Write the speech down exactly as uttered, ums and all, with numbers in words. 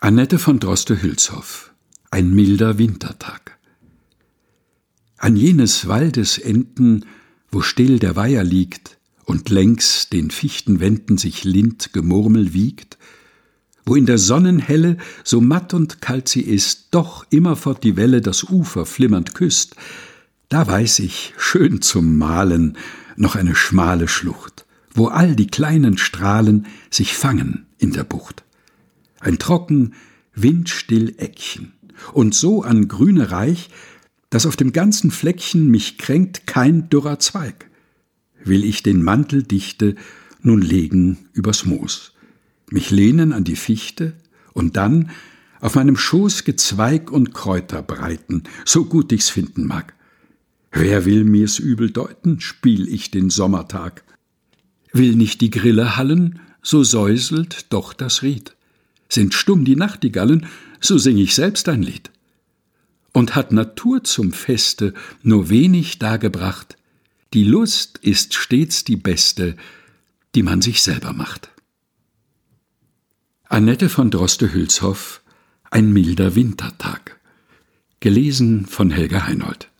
Annette von Droste-Hülshoff. Ein milder Wintertag. An jenes Waldes Enden, wo still der Weiher liegt und längs den Fichtenwänden sich Lindgemurmel wiegt, wo in der Sonnenhelle, so matt und kalt sie ist, doch immerfort die Welle das Ufer flimmernd küsst, da weiß ich, schön zum Malen, noch eine schmale Schlucht, wo all die kleinen Strahlen sich fangen in der Bucht. Ein trocken, windstill Eckchen, und so an Grüne reich, dass auf dem ganzen Fleckchen mich kränkt kein dürrer Zweig. Will ich den Mantel dichte, nun legen übers Moos, mich lehnen an die Fichte und dann auf meinem Schoß Gezweig und Kräuter breiten, so gut ich's finden mag. Wer will mir's übel deuten, spiel ich den Sommertag. Will nicht die Grille hallen, so säuselt doch das Ried. Sind stumm die Nachtigallen, so sing ich selbst ein Lied. Und hat Natur zum Feste nur wenig dargebracht, die Lust ist stets die beste, die man sich selber macht. Annette von Droste-Hülshoff. Ein milder Wintertag. Gelesen von Helga Heinold.